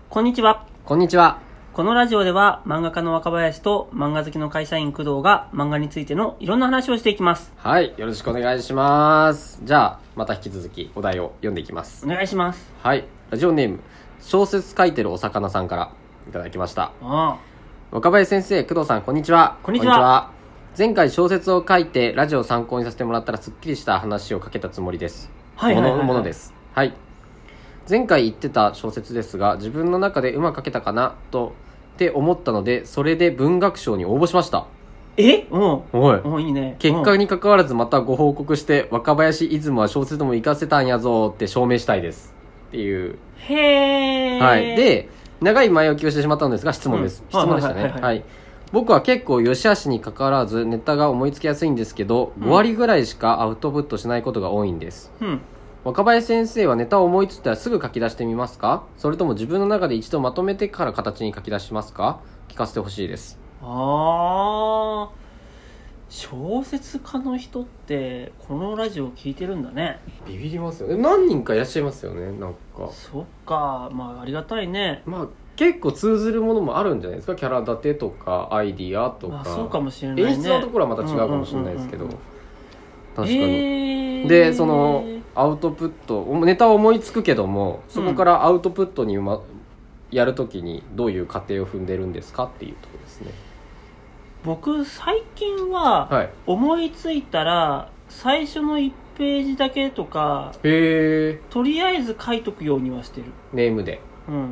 こんにちは。 こんにちは。 このラジオでは漫画家の若林と漫画好きの会社員工藤が漫画についてのいろんな話をしていきます。 はい、よろしくお願いします。じゃあまた引き続きお題を読んでいきます。 お願いします。 はい、ラジオネーム小説書いてるお魚さんからいただきました。若林先生、工藤さん、こんにちは。 こんにちは。 前回小説を書いてラジオを参考にさせてもらったらすっきりした話を書けたつもりです。ものです。はい。前回言ってた小説ですが、自分の中でうまく書けたかなとって思ったので、それで文学賞に応募しました。 いいね。 結果に関わらずまたご報告して、若林イズムは小説でも活かせたんやぞって証明したいですっていう。 へー。 はい。で、長い前置きをしてしまったのですが、質問です。質問でしたね。はい。僕は結構良し悪しに関わらずネタが思いつきやすいんですけど、5割ぐらいしかアウトプットしないことが多いんです。若林先生はネタを思いついたらすぐ書き出してみますか？それとも自分の中で一度まとめてから形に書き出しますか？聞かせてほしいです。 小説家の人ってこのラジオ聞いてるんだね。 ビビりますよね。何人かいらっしゃいますよね。なんかそっか、まあありがたいね。 まあ結構通ずるものもあるんじゃないですか。キャラ立てとかアイディアとか、 そうかもしれないね。 演出のところはまた違うかもしれないですけど、確かに。で、そのアウトプット、ネタを思いつくけども、そこからアウトプットに、やるときにどういう過程を踏んでるんですかっていうところですね。 僕最近は思いついたら最初の1ページだけとか、とりあえず書いとくようにはしてる。 ネームで。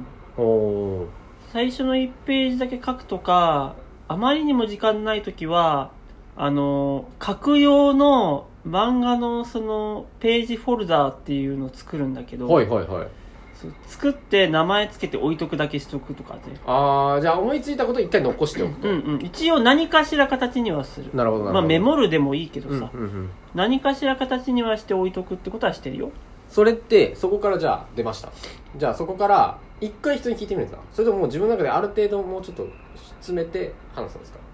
最初の1ページだけ書くとか、あまりにも時間ないときは書く用の漫画のそのページフォルダーっていうのを作るんだけど、作って名前つけて置いとくだけしとくとかね。 じゃあ思いついたことを一回残しておくと。 一応何かしら形にはする。 なるほど。 メモるでもいいけどさ、何かしら形にはして置いとくってことはしてるよ。 それってそこからじゃあ出ました。じゃあそこから一回人に聞いてみるんですか？それとももう自分の中である程度もうちょっと詰めて話すんですか？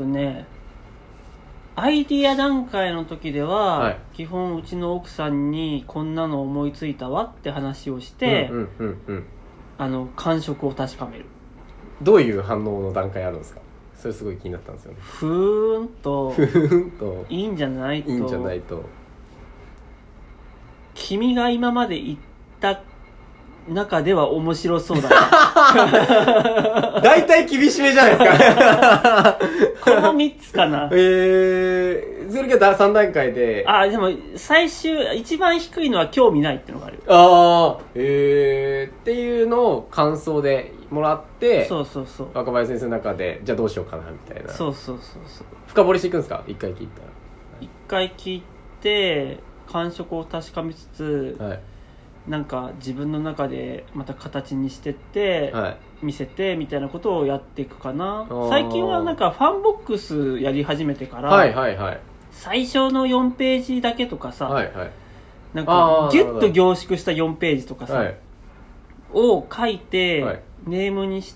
アイディア段階の時では、基本うちの奥さんにこんなの思いついたわって話をして、感触を確かめる。 どういう反応の段階あるんですか？それすごい気になったんですよね。 ふーんといいんじゃないと君が今まで言った中では面白そうだな。 大体厳しめじゃないですか。 この3つかな。 それが3段階で。 でも一番低いのは興味ないってのがある。 っていうのを感想でもらって、 そう若林先生の中でじゃあどうしようかなみたいな。 そう深掘りしていくんですか？一回聞いたら。 一回聞いて感触を確かめつつ、なんか自分の中でまた形にしてって、見せてみたいなことをやっていくかな。最近はなんかファンボックスやり始めてから、最初の4ページだけとかさ、なんかギュッと凝縮した4ページとかさ、を書いて、ネームにして、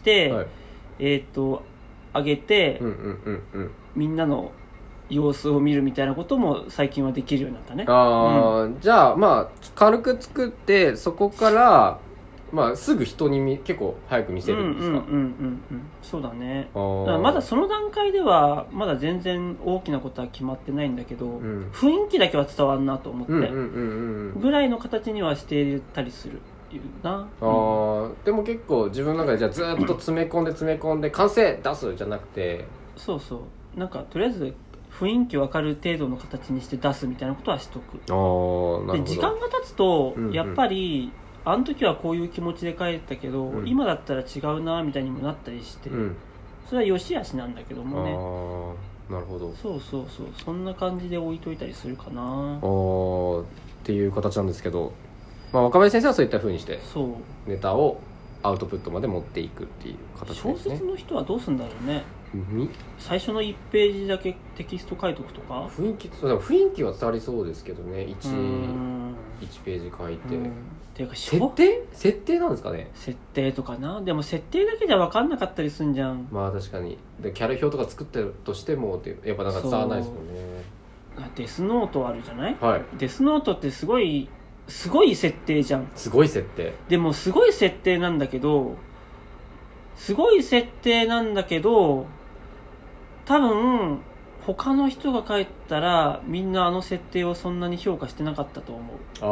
あげて、みんなの様子を見るみたいなことも最近はできるようになったね。 じゃあまあ軽く作ってそこからすぐ人に結構早く見せるんですか？ そうだね。だからまだその段階ではまだ全然大きなことは決まってないんだけど、雰囲気だけは伝わるなと思ってぐらいの形にはしていたりするな。 でも結構自分の中でじゃあずっと詰め込んで完成出すじゃなくて、 なんかとりあえず雰囲気分かる程度の形にして出すみたいなことはしとく。で時間が経つと、やっぱりあの時はこういう気持ちで書いてたけど、今だったら違うなみたいにもなったりして、それは良し悪しなんだけどもね。 なるほど。 そんな感じで置いといたりするかな。 っていう形なんですけど、若林先生はそういった風にしてネタをアウトプットまで持っていくっていう形ですね。 小説の人はどうするんだろうね。最初の1ページだけテキスト書いとくとか。 雰囲気は伝わりそうですけどね。1ページ書いて。 ていうか設定なんですかね。 設定とかな。でも設定だけじゃ分かんなかったりすんじゃん。 確かに。でキャラ表とか作ってるとしてもってやっぱなんか伝わらないですもんね。 デスノートあるじゃない？デスノートってすごい設定じゃん。 すごい設定。 でもすごい設定なんだけど、 すごい設定なんだけど、多分他の人が書いたらみんなあの設定をそんなに評価してなかったと思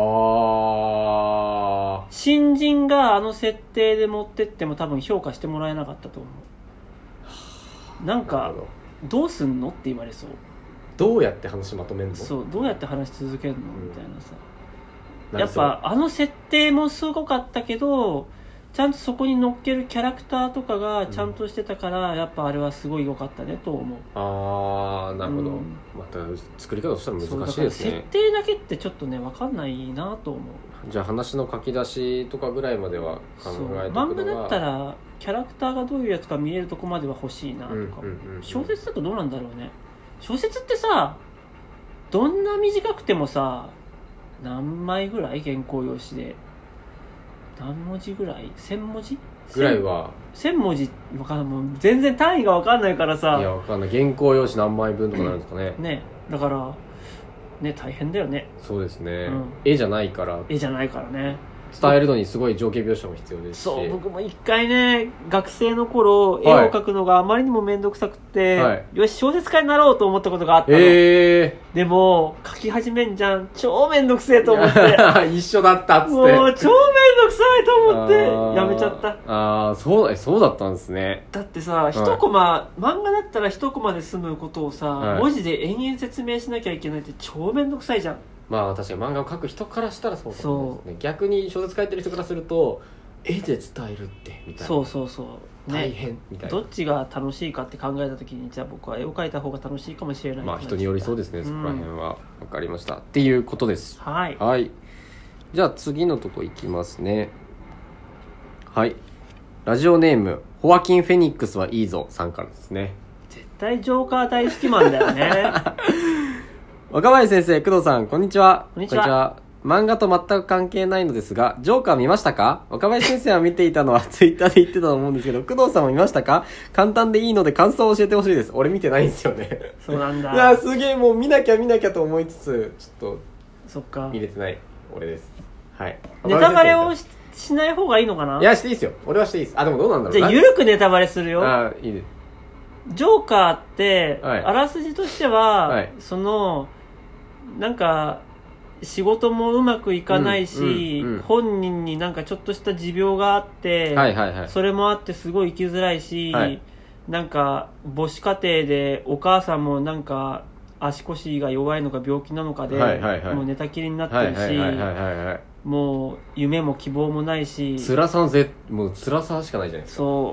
う。新人があの設定で持ってっても多分評価してもらえなかったと思う。なんかどうすんのって言われそう。 どうやって話まとめんの？ そう、どうやって話し続けるのみたいなさ。やっぱあの設定もすごかったけど、ちゃんとそこに乗っけるキャラクターとかがちゃんとしてたから、やっぱあれはすごい良かったねと思う。 なるほど、また作り方としたら難しいですね。 設定だけってちょっとね分かんないなと思う。 じゃあ話の書き出しとかぐらいまでは考えておくのが、 漫画だったらキャラクターがどういうやつか見えるとこまでは欲しいなとか、小説だとどうなんだろうね。小説ってさ、どんな短くてもさ、何枚ぐらい原稿用紙で何文字ぐらい1000文字ぐらいは 1000文字分かんない。もう全然単位が分かんないからさ。 いや分かんない。原稿用紙何枚分とかなるんですかね。 ね、だからね、大変だよね。 そうですね、絵じゃないからね、 伝えるのにすごい情景描写も必要ですし。 そう、僕も一回ね、学生の頃絵を描くのがあまりにも面倒くさくて、よし小説家になろうと思ったことがあったの。でも描き始めんじゃん、超面倒くせえと思って一緒だったっつって、 もう超面倒くさいと思ってやめちゃった。 そうだったんですね。 だってさ、一コマ、漫画だったら一コマで済むことをさ、文字で延々説明しなきゃいけないって超面倒くさいじゃん。 まあ確かに漫画を描く人からしたらそうかもですね。逆に小説書いてる人からすると絵で伝えるってみたいな。 そう、ね、 大変みたいな。 どっちが楽しいかって考えた時に、じゃあ僕は絵を描いた方が楽しいかもしれない。 まあ人によりそうですね、そこら辺は。分かりましたっていうことです。 はい、 じゃあ次のとこいきますね。ラジオネームホアキン・フェニックスはいいぞさんからですね。 絶対ジョーカー大好きマンだよね若林先生、工藤さん、こんにちは。 こんにちは。 漫画と全く関係ないのですが、ジョーカー見ましたか？若林先生は見ていたのはツイッターで言ってたと思うんですけど、工藤さんも見ましたか？簡単でいいので感想を教えてほしいです。俺見てないんですよね。 そうなんだ。 いや、すげえ、もう見なきゃと思いつつ、ちょっとそっか、 見れてない俺です。 ネタバレをしない方がいいのかな？ いや、していいですよ。俺はしていいです。でもどうなんだろう。 じゃあゆるくネタバレするよ。 いいです。 ジョーカーって、あらすじとしては、そのなんか仕事もうまくいかないし、本人になんかちょっとした持病があって、それもあってすごい生きづらいし、なんか母子家庭でお母さんもなんか足腰が弱いのか病気なのかで、もう寝たきりになってるし、もう夢も希望もないし、 もう辛さしかないじゃないですか。 そう、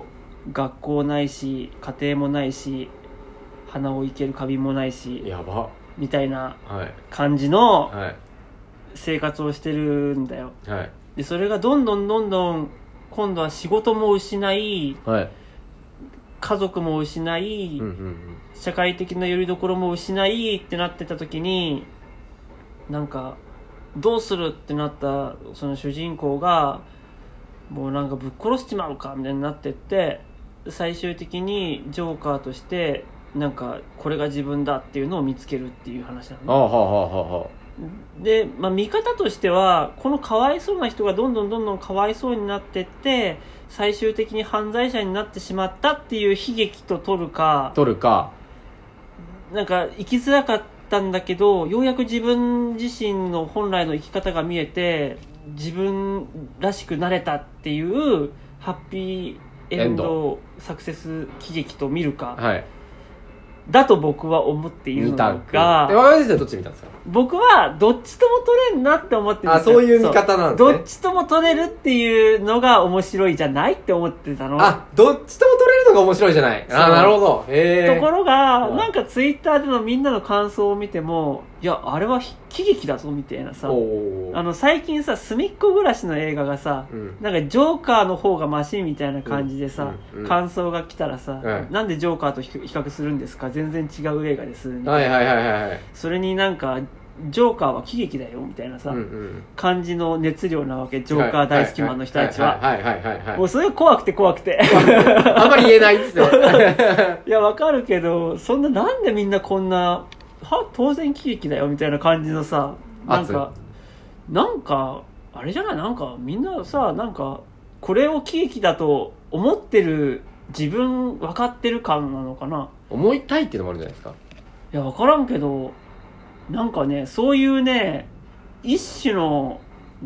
学校ないし家庭もないし鼻を生ける花瓶もないし、 やばみたいな感じの生活をしてるんだよ。でそれがどんどん今度は仕事も失い、家族も失い、社会的な拠り所も失いってなってた時に、なんかどうするってなったその主人公がもうなんかぶっ殺しちまうかみたいになってって、最終的にジョーカーとしてなんかこれが自分だっていうのを見つけるっていう話なのね。で、見方としてはこのかわいそうな人がどんどんかわいそうになってって最終的に犯罪者になってしまったっていう悲劇と取るか、なんか生きづらかったんだけどようやく自分自身の本来の生き方が見えて自分らしくなれたっていうハッピーエンドサクセス喜劇と見るか、だと僕は思っているのが、 若林先生はどっち見たんですか？ 僕はどっちとも取れんなって思ってるんですよ。そういう見方なんですね。 どっちとも取れるっていうのが面白いじゃないって思ってたの。 どっちとも取れるのが面白いじゃない。なるほど。 ところがなんかツイッターでのみんなの感想を見ても、いやあれは喜劇だぞみたいなさ、最近さ隅っこ暮らしの映画がさ、なんかジョーカーの方がマシみたいな感じでさ、感想が来たらさ、なんでジョーカーと比較するんですか、全然違う映画ですみたいな、それになんかジョーカーは喜劇だよみたいなさ、感じの熱量なわけ、ジョーカー大好きマンの人たちは。もうそれが怖くてあんまり言えないっつっていやわかるけど、そんななんでみんなこんな当然喜劇だよみたいな感じのさ、なんかあれじゃない、なんかみんなさ、なんかこれを喜劇だと思ってる自分分かってる感なのかな。 思いたいっていうのもあるんじゃないですか。 いや分からんけど、なんかねそういうね一種の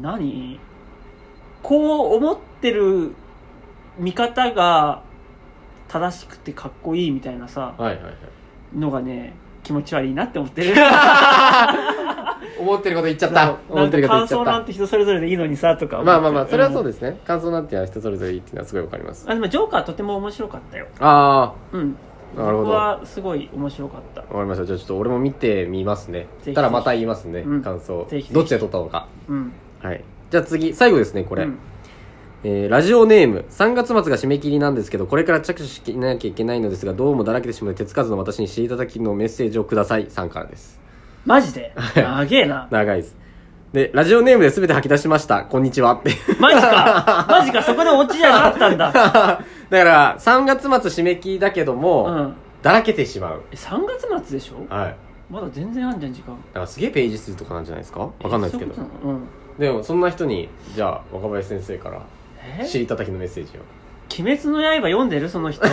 こう思ってる見方が正しくてかっこいいみたいなさ、 はいはいはい、 のがね気持ち悪いなって思ってる思ってること言っちゃった。 なんか感想なんて人それぞれでいいのにさとか。 まあまあまあそれはそうですね、感想なんて人それぞれいいっていうのはすごいわかります。 でもジョーカーとても面白かったよ。 ああ、 うん、 なるほど。 僕はすごい面白かった。 わかりました。じゃあちょっと俺も見てみますね。 ぜひたらまた言いますね、 うん、 感想。 ぜひぜひどっちで撮ったのか。 うん、 はい。じゃあ次最後ですねこれ、 うん、 ラジオネーム3月末が締め切りなんですけどこれから着手しなきゃいけないのですがどうもだらけてしまう手つかずの私にしていただきのメッセージをくださいさんからです。 マジで長えな。 長いです。でラジオネームで全て吐き出しましたこんにちはってマジかそこでオチじゃなかったんだ。 だから3月末締め切りだけども、 うん、 だらけてしまう。 3月末でしょ。 はい。 まだ全然あんじゃん時間。だからすげえページ数とかなんじゃないですか。わかんないですけど。 うん、 でもそんな人にじゃあ若林先生から知りたたきのメッセージを。 鬼滅の刃読んでるその人。 ど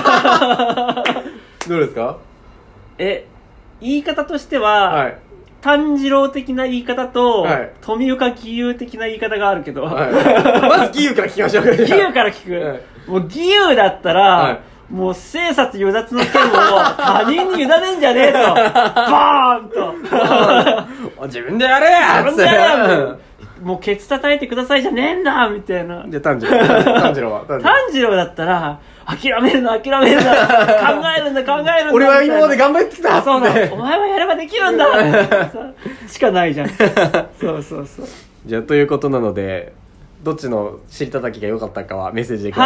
うですか。 言い方としては、はい、炭治郎的な言い方と、はい、富岡義勇的な言い方があるけど、はい、 まず義勇から聞きましょう。 義勇から聞く、はい、もう義勇だったら、はい、もう生殺与奪の剣を他人に委ねんじゃねえとバーンと自分でやれや自分でやれやもうケツ叩いてくださいじゃねえんだみたいな。 じゃあ炭治郎だったら諦めるな考えるんだ俺は今まで頑張ってきた。 そうだお前はやればできるんだしかないじゃん。そうじゃあということなのでどっちの知りたたきが良かったかはメッセージでください。